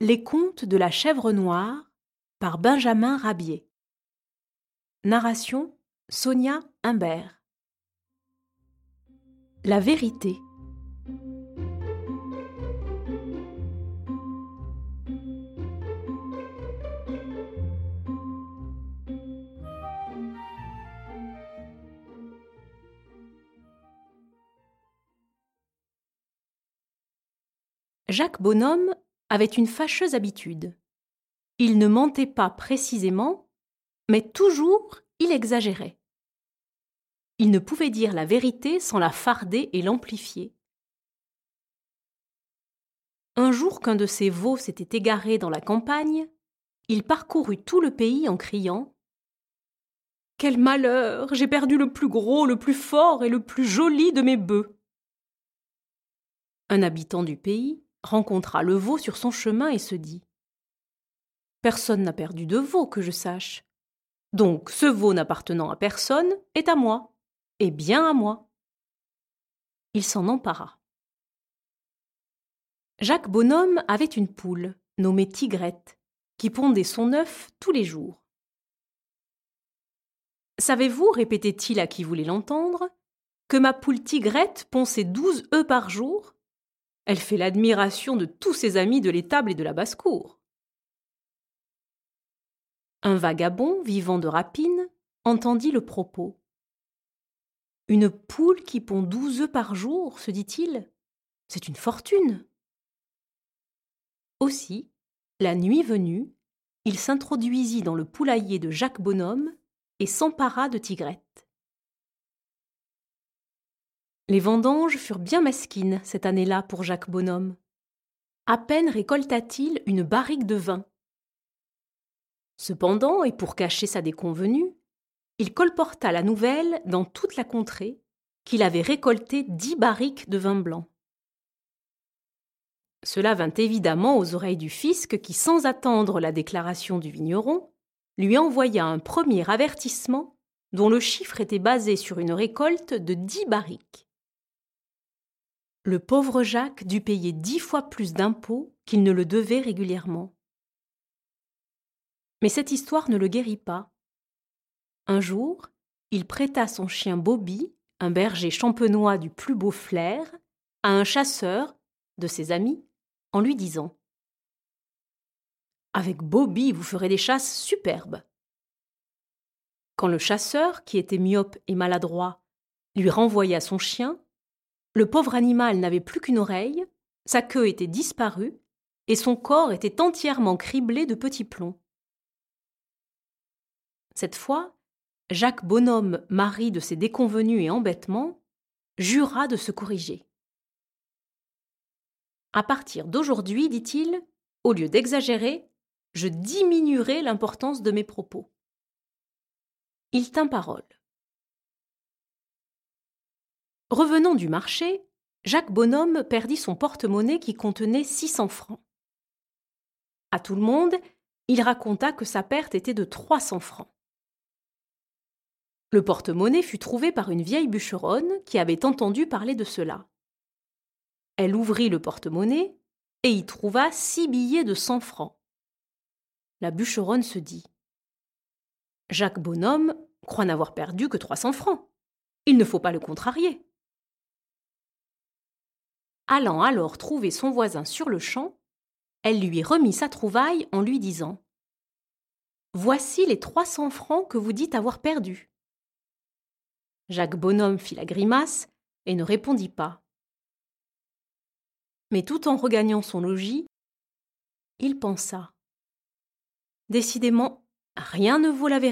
Les contes de la chèvre noire par Benjamin Rabier. Narration Sonia Humbert. La vérité. Jacques Bonhomme avait une fâcheuse habitude. Il ne mentait pas précisément, mais toujours il exagérait. Il ne pouvait dire la vérité sans la farder et l'amplifier. Un jour qu'un de ses veaux s'était égaré dans la campagne, il parcourut tout le pays en criant « Quel malheur! J'ai perdu le plus gros, le plus fort et le plus joli de mes bœufs !» Un habitant du pays rencontra le veau sur son chemin et se dit « Personne n'a perdu de veau que je sache. Donc ce veau n'appartenant à personne est à moi, et bien à moi. » Il s'en empara. Jacques Bonhomme avait une poule, nommée Tigrette, qui pondait son œuf tous les jours. « Savez-vous, répétait-il à qui voulait l'entendre, que ma poule Tigrette pond ses 12 œufs par jour ? Elle fait l'admiration de tous ses amis de l'étable et de la basse-cour. » Un vagabond, vivant de rapine, entendit le propos. « Une poule qui pond 12 œufs par jour, se dit-il, c'est une fortune. » Aussi, la nuit venue, il s'introduisit dans le poulailler de Jacques Bonhomme et s'empara de Tigrette. Les vendanges furent bien mesquines cette année-là pour Jacques Bonhomme. À peine récolta-t-il une barrique de vin. Cependant, et pour cacher sa déconvenue, il colporta la nouvelle dans toute la contrée qu'il avait récolté 10 barriques de vin blanc. Cela vint évidemment aux oreilles du fisc qui, sans attendre la déclaration du vigneron, lui envoya un premier avertissement dont le chiffre était basé sur une récolte de 10 barriques. Le pauvre Jacques dut payer 10 fois plus d'impôts qu'il ne le devait régulièrement. Mais cette histoire ne le guérit pas. Un jour, il prêta son chien Bobby, un berger champenois du plus beau flair, à un chasseur, de ses amis, en lui disant « Avec Bobby, vous ferez des chasses superbes. » Quand le chasseur, qui était myope et maladroit, lui renvoya son chien, le pauvre animal n'avait plus qu'une oreille, sa queue était disparue et son corps était entièrement criblé de petits plombs. Cette fois, Jacques Bonhomme, mari de ses déconvenues et embêtements, jura de se corriger. « À partir d'aujourd'hui, dit-il, au lieu d'exagérer, je diminuerai l'importance de mes propos. » Il tint parole. Revenant du marché, Jacques Bonhomme perdit son porte-monnaie qui contenait 600 francs. À tout le monde, il raconta que sa perte était de 300 francs. Le porte-monnaie fut trouvé par une vieille bûcheronne qui avait entendu parler de cela. Elle ouvrit le porte-monnaie et y trouva 6 billets de 100 francs. La bûcheronne se dit « Jacques Bonhomme croit n'avoir perdu que 300 francs. Il ne faut pas le contrarier. » Allant alors trouver son voisin sur le champ, elle lui remit sa trouvaille en lui disant « Voici les 300 francs que vous dites avoir perdus. » Jacques Bonhomme fit la grimace et ne répondit pas. Mais tout en regagnant son logis, il pensa « Décidément, rien ne vaut la vérité. »